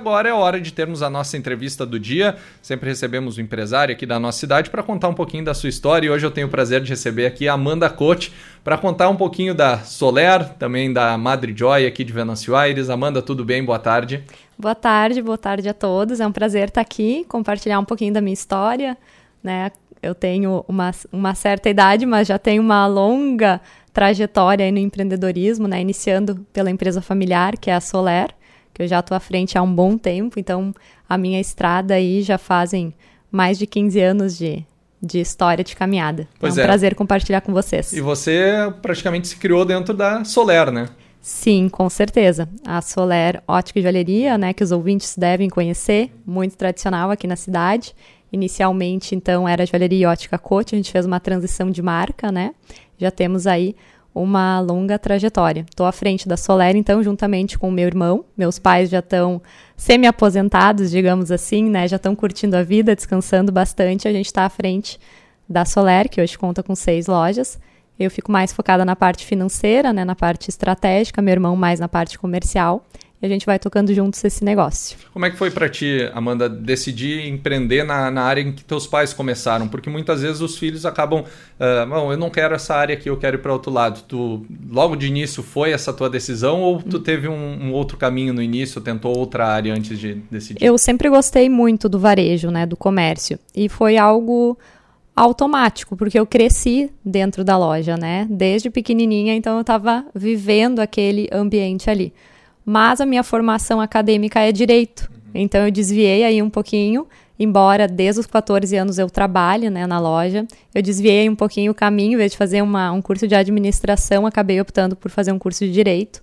agora é hora de termos a nossa entrevista do dia. Sempre recebemos um empresário aqui da nossa cidade para contar um pouquinho da sua história e hoje eu tenho o prazer de receber aqui a Amanda Cote para contar um pouquinho da Soler, também da Madre Joy aqui de Venâncio Aires. Amanda, tudo bem? Boa tarde. Boa tarde a todos. É um prazer estar aqui, compartilhar um pouquinho da minha história, né? Eu tenho uma certa idade, mas já tenho uma longa trajetória aí no empreendedorismo, né? Iniciando pela empresa familiar, que é a Soler, que eu já estou à frente há um bom tempo. Então, a minha estrada aí já fazem mais de 15 anos de história de caminhada. Pois é um prazer compartilhar com vocês. E você praticamente se criou dentro da Soler, né? Sim, com certeza. A Soler Ótica e Joalheria, né, que os ouvintes devem conhecer, muito tradicional aqui na cidade. Inicialmente, então, era Joalheria e Ótica Cote, a gente fez uma transição de marca, né? Já temos aí uma longa trajetória. Estou à frente da Soler, então, juntamente com o meu irmão. Meus pais já estão semi-aposentados, digamos assim, né? Já estão curtindo a vida, descansando bastante. A gente está à frente da Soler, que hoje conta com 6 lojas. Eu fico mais focada na parte financeira, né? Na parte estratégica, meu irmão mais na parte comercial. E a gente vai tocando juntos esse negócio. Como é que foi para ti, Amanda, decidir empreender na área em que teus pais começaram? Porque muitas vezes os filhos acabam... eu não quero essa área aqui, eu quero ir para outro lado. Tu, logo de início, foi essa tua decisão ou tu teve um outro caminho no início, tentou outra área antes de decidir? Eu sempre gostei muito do varejo, né? Do comércio. E foi algo automático, porque eu cresci dentro da loja, né? Desde pequenininha, então eu estava vivendo aquele ambiente ali. Mas a minha formação acadêmica é direito, então eu desviei aí um pouquinho, embora desde os 14 anos eu trabalhe, né, na loja, eu desviei um pouquinho o caminho, em vez de fazer um curso de administração, acabei optando por fazer um curso de direito.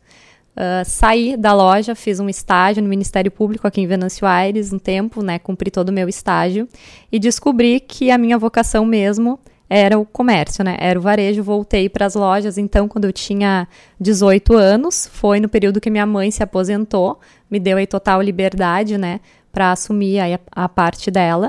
Saí da loja, fiz um estágio no Ministério Público aqui em Venâncio Aires, um tempo, né, cumpri todo o meu estágio e descobri que a minha vocação mesmo era o comércio, né? Era o varejo, voltei para as lojas, então, quando eu tinha 18 anos, foi no período que minha mãe se aposentou, me deu aí total liberdade, né, para assumir aí a parte dela,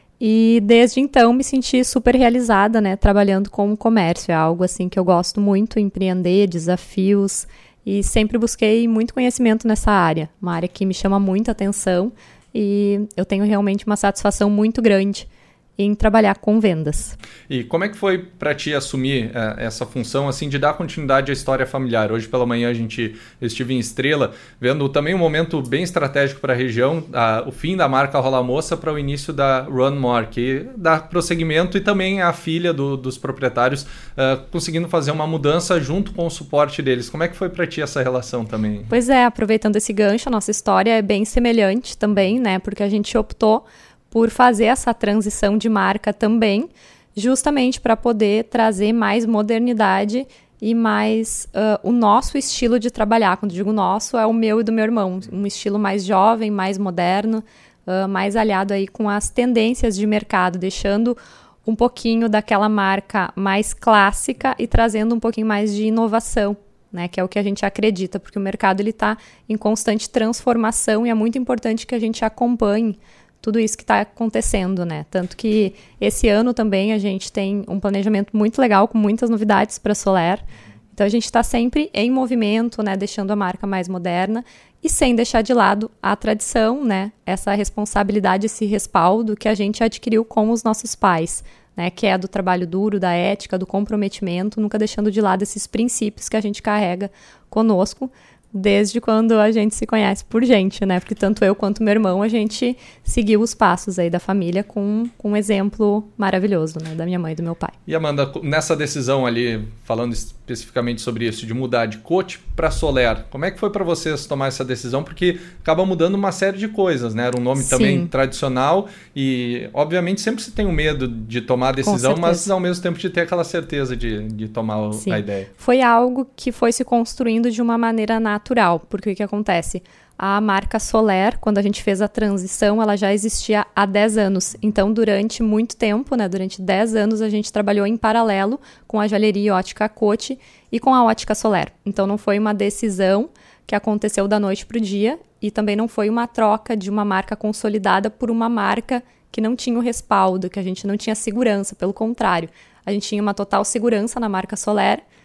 e desde então me senti super realizada, né, trabalhando com o comércio, é algo assim que eu gosto muito, empreender, desafios, e sempre busquei muito conhecimento nessa área, uma área que me chama muita atenção, e eu tenho realmente uma satisfação muito grande em trabalhar com vendas. E como é que foi para ti assumir essa função assim de dar continuidade à história familiar? Hoje pela manhã eu estive em Estrela, vendo também um momento bem estratégico para a região, o fim da marca Rola Moça para o início da Run More, que dá prosseguimento, e também a filha dos proprietários conseguindo fazer uma mudança junto com o suporte deles. Como é que foi para ti essa relação também? Pois é, aproveitando esse gancho, a nossa história é bem semelhante também, né? Porque a gente optou por fazer essa transição de marca também, justamente para poder trazer mais modernidade e mais o nosso estilo de trabalhar. Quando digo nosso, é o meu e do meu irmão, um estilo mais jovem, mais moderno, mais aliado aí com as tendências de mercado, deixando um pouquinho daquela marca mais clássica e trazendo um pouquinho mais de inovação, né, que é o que a gente acredita, porque o mercado está em constante transformação e é muito importante que a gente acompanhe tudo isso que está acontecendo, né? Tanto que esse ano também a gente tem um planejamento muito legal, com muitas novidades para a Soler. Então a gente está sempre em movimento, né? Deixando a marca mais moderna e sem deixar de lado a tradição, né? Essa responsabilidade, esse respaldo que a gente adquiriu com os nossos pais, né? Que é do trabalho duro, da ética, do comprometimento, nunca deixando de lado esses princípios que a gente carrega conosco, desde quando a gente se conhece por gente, né? Porque tanto eu quanto meu irmão, a gente seguiu os passos aí da família com um exemplo maravilhoso, né? Da minha mãe e do meu pai. E Amanda, nessa decisão ali, falando especificamente sobre isso, de mudar de Cote para Soler, como é que foi para vocês tomar essa decisão? Porque acaba mudando uma série de coisas, né? Era um nome também tradicional e, obviamente, sempre se tem o medo de tomar a decisão, mas ao mesmo tempo de ter aquela certeza de tomar a ideia. Foi algo que foi se construindo de uma maneira natural, porque o que acontece? A marca Soler, quando a gente fez a transição, ela já existia há 10 anos. Então, durante muito tempo, né, durante 10 anos, a gente trabalhou em paralelo com a Joalheria e Ótica Cote e com a Ótica Soler. Então, não foi uma decisão que aconteceu da noite para o dia e também não foi uma troca de uma marca consolidada por uma marca que não tinha o respaldo, que a gente não tinha segurança. Pelo contrário, a gente tinha uma total segurança na marca Soler,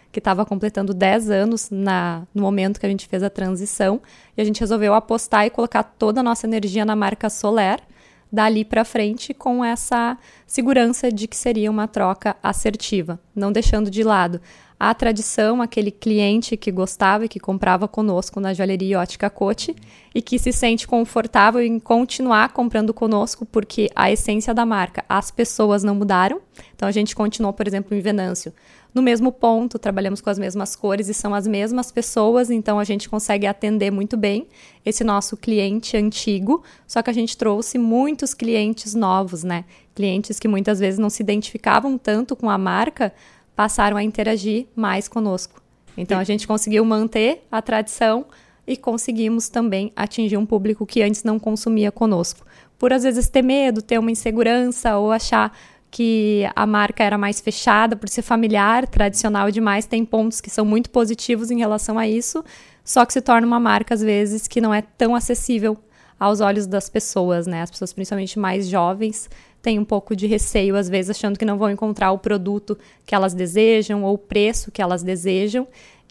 que estava completando 10 anos no momento que a gente fez a transição, e a gente resolveu apostar e colocar toda a nossa energia na marca Soler, dali para frente, com essa segurança de que seria uma troca assertiva, não deixando de lado a tradição, aquele cliente que gostava e que comprava conosco na joalheria Ótica Coty e que se sente confortável em continuar comprando conosco, porque a essência da marca, as pessoas não mudaram. Então a gente continuou, por exemplo, em Venâncio, no mesmo ponto, trabalhamos com as mesmas cores e são as mesmas pessoas, então a gente consegue atender muito bem esse nosso cliente antigo, só que a gente trouxe muitos clientes novos, né? Clientes que muitas vezes não se identificavam tanto com a marca, passaram a interagir mais conosco. Então a gente conseguiu manter a tradição e conseguimos também atingir um público que antes não consumia conosco. Por às vezes ter medo, ter uma insegurança ou achar que a marca era mais fechada, por ser familiar, tradicional demais, tem pontos que são muito positivos em relação a isso, só que se torna uma marca, às vezes, que não é tão acessível aos olhos das pessoas, né? As pessoas, principalmente mais jovens, têm um pouco de receio, às vezes, achando que não vão encontrar o produto que elas desejam ou o preço que elas desejam,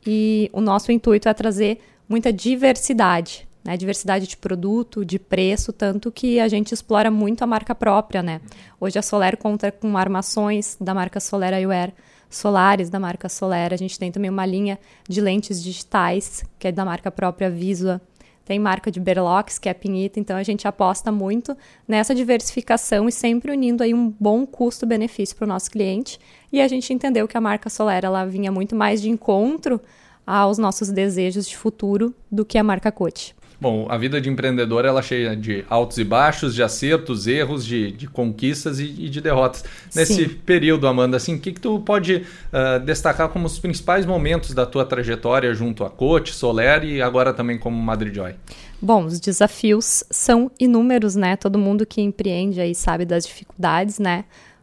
e o nosso intuito é trazer muita diversidade, né? Diversidade de produto, de preço, tanto que a gente explora muito a marca própria, né? Hoje a Soler conta com armações da marca Soler Eyewear, solares da marca Soler, a gente tem também uma linha de lentes digitais, que é da marca própria Visua, tem marca de Berlox, que é a Pinita, então a gente aposta muito nessa diversificação e sempre unindo aí um bom custo-benefício para o nosso cliente, e a gente entendeu que a marca Soler, ela vinha muito mais de encontro aos nossos desejos de futuro do que a marca Coty. Bom, a vida de empreendedor ela é cheia de altos e baixos, de acertos, erros, de conquistas e de derrotas. Nesse Sim. período, Amanda, assim, o que tu pode destacar como os principais momentos da tua trajetória junto a Coty, Soler e agora também como Madrijoy? Bom, os desafios são inúmeros, né? Todo mundo que empreende aí sabe das dificuldades, né?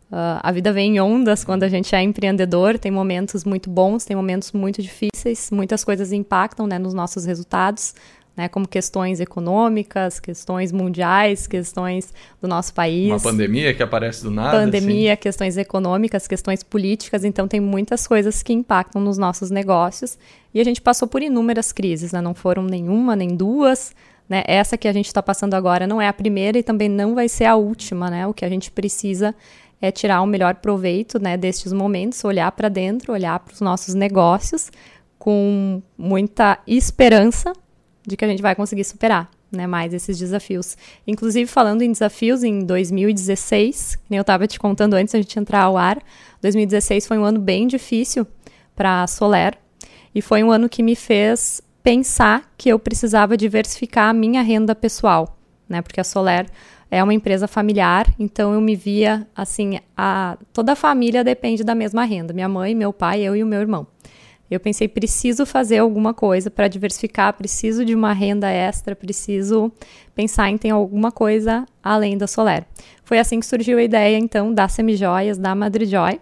A vida vem em ondas quando a gente é empreendedor, tem momentos muito bons, tem momentos muito difíceis, muitas coisas impactam, né, nos nossos resultados, né, como questões econômicas, questões mundiais, questões do nosso país. Uma pandemia que aparece do nada. Pandemia, assim. Questões econômicas, questões políticas, então tem muitas coisas que impactam nos nossos negócios. E a gente passou por inúmeras crises, né, não foram nenhuma, nem duas, né, essa que a gente está passando agora não é a primeira e também não vai ser a última, né, o que a gente precisa é tirar o melhor proveito, né, destes momentos, olhar para dentro, olhar para os nossos negócios com muita esperança de que a gente vai conseguir superar, né, mais esses desafios. Inclusive, falando em desafios, em 2016, nem eu estava te contando antes de a gente entrar ao ar, 2016 foi um ano bem difícil para a Soler e foi um ano que me fez pensar que eu precisava diversificar a minha renda pessoal, né, porque a Soler é uma empresa familiar, então eu me via assim, toda a família depende da mesma renda, minha mãe, meu pai, eu e o meu irmão. Eu pensei, preciso fazer alguma coisa para diversificar, preciso de uma renda extra, preciso pensar em ter alguma coisa além da Soler. Foi assim que surgiu a ideia, então, das semijoias, da Madrijoy.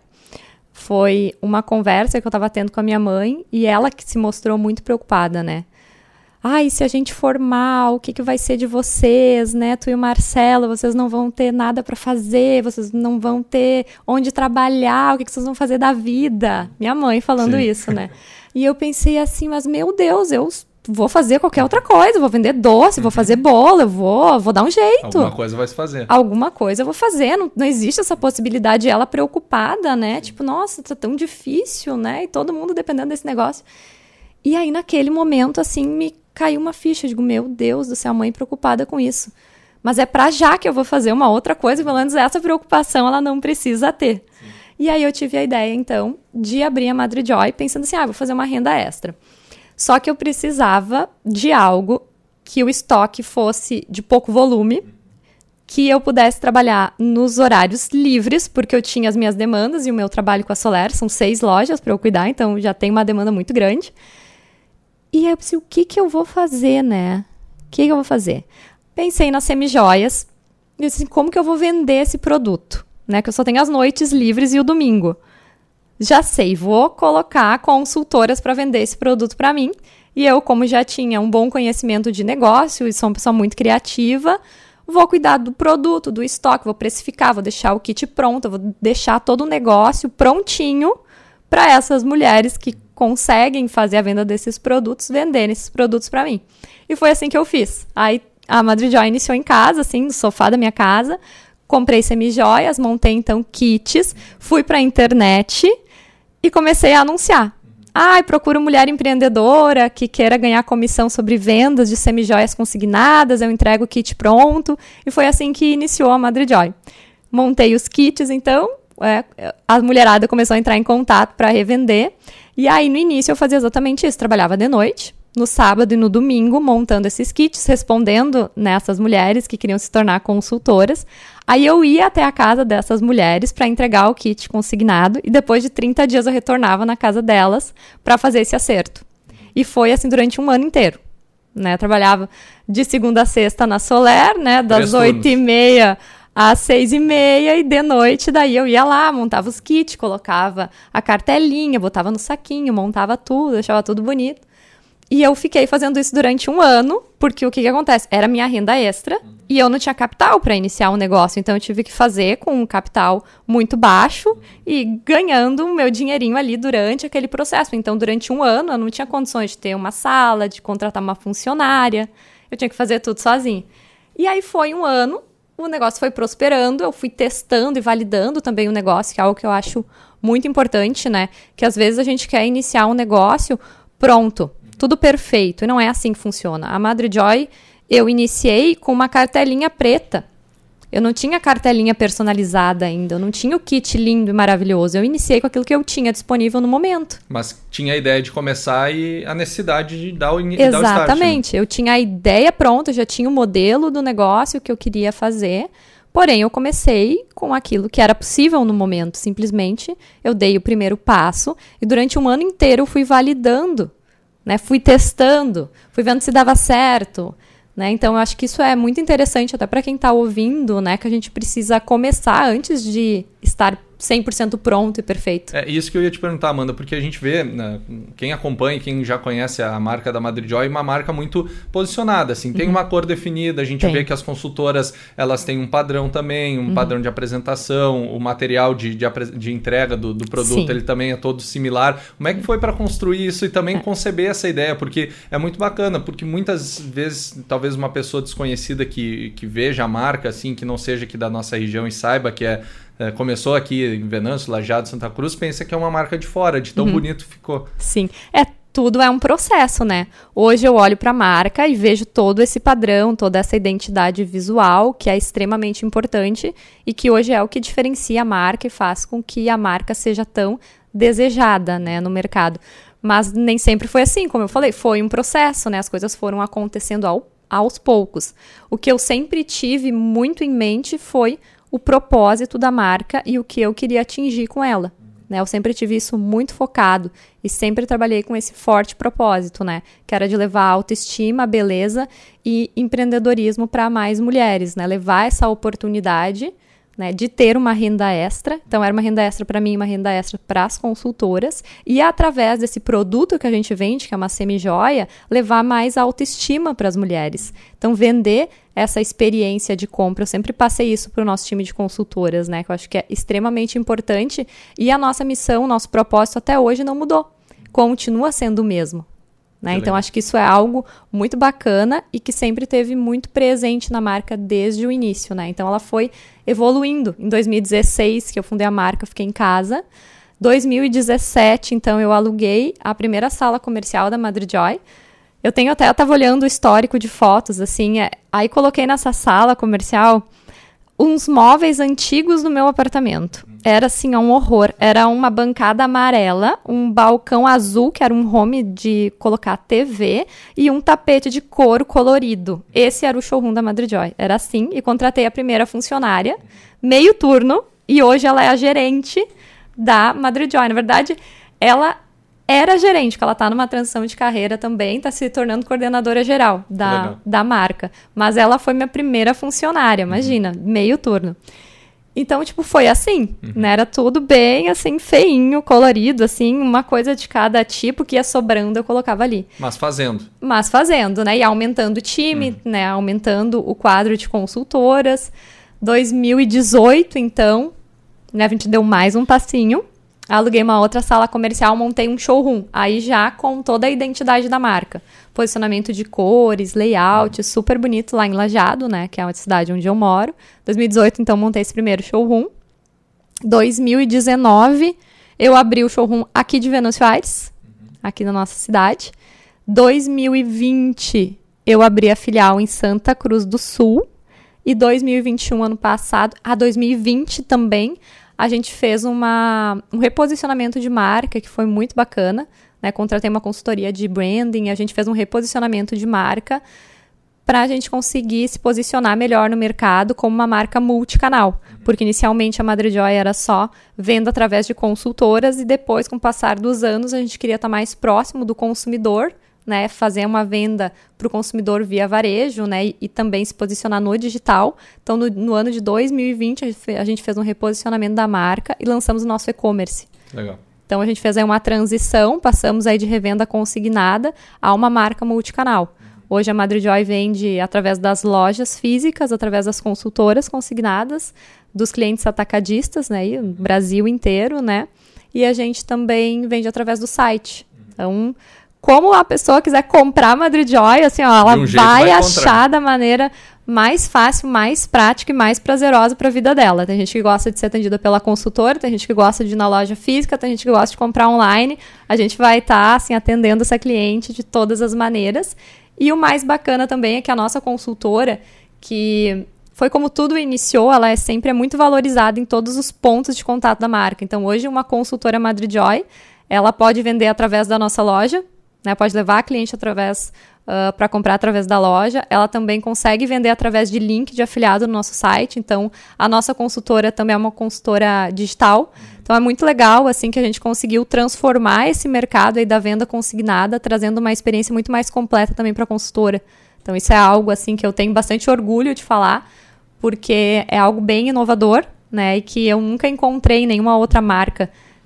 Foi uma conversa que eu estava tendo com a minha mãe e ela que se mostrou muito preocupada, né? E se a gente for mal, o que vai ser de vocês, né? Tu e o Marcelo, vocês não vão ter nada para fazer, vocês não vão ter onde trabalhar, o que vocês vão fazer da vida? Minha mãe falando Sim. isso, né? E eu pensei assim, mas meu Deus, eu vou fazer qualquer outra coisa, vou vender doce, vou fazer bolo, eu vou dar um jeito. Alguma coisa vai se fazer. Alguma coisa eu vou fazer, não existe essa possibilidade. Ela preocupada, né? Tipo, nossa, tá tão difícil, né? E todo mundo dependendo desse negócio. E aí, naquele momento, assim, me caiu uma ficha. Eu digo, meu Deus do céu, a mãe preocupada com isso. Mas é pra já que eu vou fazer uma outra coisa, pelo menos essa preocupação ela não precisa ter. Sim. E aí eu tive a ideia, então, de abrir a Madrijoy, pensando assim, vou fazer uma renda extra. Só que eu precisava de algo que o estoque fosse de pouco volume, que eu pudesse trabalhar nos horários livres, porque eu tinha as minhas demandas e o meu trabalho com a Soler, são 6 lojas para eu cuidar, então já tem uma demanda muito grande. E aí eu pensei, o que eu vou fazer, né? O que eu vou fazer? Pensei nas semijoias e disse assim, como que eu vou vender esse produto? Né? Que eu só tenho as noites livres e o domingo. Já sei, vou colocar consultoras para vender esse produto para mim. E eu, como já tinha um bom conhecimento de negócio e sou uma pessoa muito criativa, vou cuidar do produto, do estoque, vou precificar, vou deixar o kit pronto, vou deixar todo o negócio prontinho para essas mulheres que conseguem fazer a venda desses produtos, venderem esses produtos para mim. E foi assim que eu fiz. Aí a Madrijoy iniciou em casa, assim, no sofá da minha casa. Comprei semijoias, montei então kits, fui para a internet e comecei a anunciar. Procuro mulher empreendedora que queira ganhar comissão sobre vendas de semijoias consignadas, eu entrego o kit pronto. E foi assim que iniciou a Madrijoy. Montei os kits, então, a mulherada começou a entrar em contato para revender. E aí, no início, eu fazia exatamente isso. Trabalhava de noite, no sábado e no domingo, montando esses kits, respondendo nessas mulheres que queriam se tornar consultoras. Aí eu ia até a casa dessas mulheres para entregar o kit consignado e depois de 30 dias eu retornava na casa delas para fazer esse acerto. E foi assim durante um ano inteiro. Né? Eu trabalhava de segunda a sexta na Soler, né? Das 8h30 às 6h30 e de noite daí eu ia lá, montava os kits, colocava a cartelinha, botava no saquinho, montava tudo, deixava tudo bonito. E eu fiquei fazendo isso durante um ano, porque o que acontece? Era minha renda extra e eu não tinha capital para iniciar um negócio. Então, eu tive que fazer com um capital muito baixo e ganhando o meu dinheirinho ali durante aquele processo. Então, durante um ano, eu não tinha condições de ter uma sala, de contratar uma funcionária. Eu tinha que fazer tudo sozinha. E aí, foi um ano, o negócio foi prosperando, eu fui testando e validando também o negócio, que é algo que eu acho muito importante, né? Que às vezes a gente quer iniciar um negócio pronto. Tudo perfeito, e não é assim que funciona. A Madrijoy, eu iniciei com uma cartelinha preta. Eu não tinha cartelinha personalizada ainda, eu não tinha o kit lindo e maravilhoso. Eu iniciei com aquilo que eu tinha disponível no momento. Mas tinha a ideia de começar e a necessidade de dar o start. Exatamente, eu tinha a ideia pronta, eu já tinha o modelo do negócio que eu queria fazer. Porém, eu comecei com aquilo que era possível no momento. Simplesmente, eu dei o primeiro passo e durante um ano inteiro eu fui validando. Né, fui testando, fui vendo se dava certo, né? Então eu acho que isso é muito interessante até para quem está ouvindo, né, que a gente precisa começar antes de estar 100% pronto e perfeito. É isso que eu ia te perguntar, Amanda, porque a gente vê, né, quem acompanha, quem já conhece a marca da Madrijoy, uma marca muito posicionada, assim, tem uma cor definida, a gente vê que as consultoras, elas têm um padrão também, um padrão de apresentação, o material de entrega do produto, ele também é todo similar. Como é que foi para construir isso e também conceber essa ideia? Porque é muito bacana, porque muitas vezes, talvez uma pessoa desconhecida que veja a marca, assim, que não seja aqui da nossa região e saiba que começou aqui em Venâncio, Lajeado, Santa Cruz, pensa que é uma marca de fora, de tão bonito ficou. Sim, tudo é um processo, né? Hoje eu olho para a marca e vejo todo esse padrão, toda essa identidade visual, que é extremamente importante e que hoje é o que diferencia a marca e faz com que a marca seja tão desejada, né, no mercado. Mas nem sempre foi assim, como eu falei, foi um processo, né? As coisas foram acontecendo aos poucos. O que eu sempre tive muito em mente foi o propósito da marca e o que eu queria atingir com ela. Né? Eu sempre tive isso muito focado e sempre trabalhei com esse forte propósito, né? Que era de levar autoestima, beleza e empreendedorismo para mais mulheres, né? Levar essa oportunidade, né, de ter uma renda extra. Então, era uma renda extra para mim, uma renda extra para as consultoras. E através desse produto que a gente vende, que é uma semijoia, levar mais autoestima para as mulheres. Então, vender essa experiência de compra. Eu sempre passei isso para o nosso time de consultoras, né? Que eu acho que é extremamente importante. E a nossa missão, o nosso propósito até hoje não mudou. Continua sendo o mesmo. Né? Então, acho que isso é algo muito bacana e que sempre teve muito presente na marca desde o início, né? Então, ela foi evoluindo. Em 2016, que eu fundei a marca, eu fiquei em casa. 2017, então, eu aluguei a primeira sala comercial da Madrijoy. Eu estava olhando o histórico de fotos, assim, aí coloquei nessa sala comercial uns móveis antigos do meu apartamento. Era, assim, um horror. Era uma bancada amarela, um balcão azul, que era um home de colocar TV, e um tapete de couro colorido. Esse era o showroom da Madrijoy. Era assim, e contratei a primeira funcionária, meio turno, e hoje ela é a gerente da Madrijoy. Na verdade, ela era gerente, porque ela está numa transição de carreira também, está se tornando coordenadora geral da marca. Mas ela foi minha primeira funcionária, imagina, meio turno. Então, tipo, foi assim, né? Era tudo bem, assim, feinho, colorido, assim, uma coisa de cada tipo que ia sobrando, eu colocava ali. Mas fazendo, né? E aumentando o time, né? Aumentando o quadro de consultoras. 2018, então, né? A gente deu mais um passinho. Aluguei uma outra sala comercial, montei um showroom. Aí já com toda a identidade da marca. Posicionamento de cores, layout, super bonito lá em Lajeado, né? Que é uma cidade onde eu moro. 2018, então, montei esse primeiro showroom. 2019, eu abri o showroom aqui de Venâncio Aires, aqui na nossa cidade. 2020, eu abri a filial em Santa Cruz do Sul. E 2021, ano passado, 2020 também, a gente fez um reposicionamento de marca que foi muito bacana, né? Contratei uma consultoria de branding, a gente fez um reposicionamento de marca para a gente conseguir se posicionar melhor no mercado como uma marca multicanal. Porque inicialmente a Madrijoy era só venda através de consultoras e depois, com o passar dos anos, a gente queria estar mais próximo do consumidor, né, fazer uma venda para o consumidor via varejo, né, e também se posicionar no digital. Então, no ano de 2020, a gente fez um reposicionamento da marca e lançamos o nosso e-commerce. Legal. Então, a gente fez aí uma transição, passamos aí de revenda consignada a uma marca multicanal. Hoje, a Madrijoy vende através das lojas físicas, através das consultoras consignadas, dos clientes atacadistas, né, e o Brasil inteiro, né, e a gente também vende através do site. Então, como a pessoa quiser comprar Madrijoy, assim, ó, ela vai achar da maneira mais fácil, mais prática e mais prazerosa para a vida dela. Tem gente que gosta de ser atendida pela consultora, tem gente que gosta de ir na loja física, tem gente que gosta de comprar online. A gente vai estar assim, atendendo essa cliente de todas as maneiras. E o mais bacana também é que a nossa consultora, que foi como tudo iniciou, ela sempre muito valorizada em todos os pontos de contato da marca. Então, hoje, uma consultora Madrijoy, ela pode vender através da nossa loja, né, pode levar a cliente para comprar através da loja. Ela também consegue vender através de link de afiliado no nosso site. Então, a nossa consultora também é uma consultora digital. Então, é muito legal assim que a gente conseguiu transformar esse mercado aí da venda consignada, trazendo uma experiência muito mais completa também para a consultora. Então, isso é algo assim que eu tenho bastante orgulho de falar, porque é algo bem inovador, né, e que eu nunca encontrei em nenhuma outra marca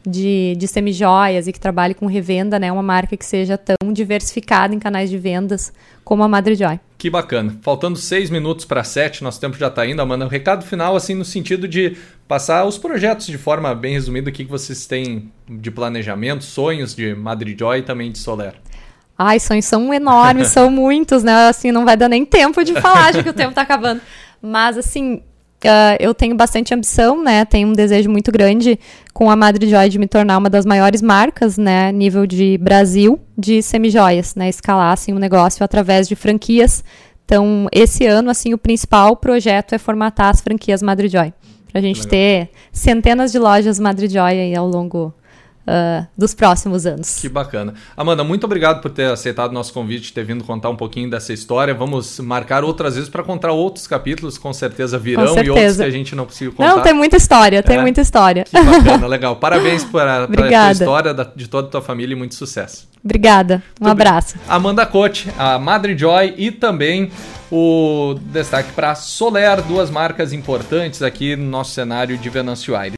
de semijoias e que trabalhe com revenda, né? Uma marca que seja tão diversificada em canais de vendas como a Madrijoy. Que bacana. Faltando 6 minutos para 7, nosso tempo já está indo, Amanda. Um recado final, assim, no sentido de passar os projetos de forma bem resumida, o que vocês têm de planejamento, sonhos de Madrijoy e também de Soler. Ai, sonhos são enormes, são muitos, né? Assim, não vai dar nem tempo de falar, já que o tempo está acabando. Mas, assim, eu tenho bastante ambição, né? Tenho um desejo muito grande com a Madrijoy de me tornar uma das maiores marcas, né? Nível de Brasil de semijoias, né? Escalar, assim, um negócio através de franquias. Então, esse ano, assim, o principal projeto é formatar as franquias Madrijoy. Pra gente ter centenas de lojas Madrijoy aí ao longo dos próximos anos. Que bacana. Amanda, muito obrigado por ter aceitado o nosso convite, ter vindo contar um pouquinho dessa história. Vamos marcar outras vezes para contar outros capítulos, com certeza virão, e outros que a gente não conseguiu contar. Não, tem muita história, tem muita história. Que bacana, legal. Parabéns pela tua história, de toda a tua família e muito sucesso. Obrigada, um abraço. Amanda Cote, a Madrijoy e também o destaque para Soler, duas marcas importantes aqui no nosso cenário de Venâncio Aires.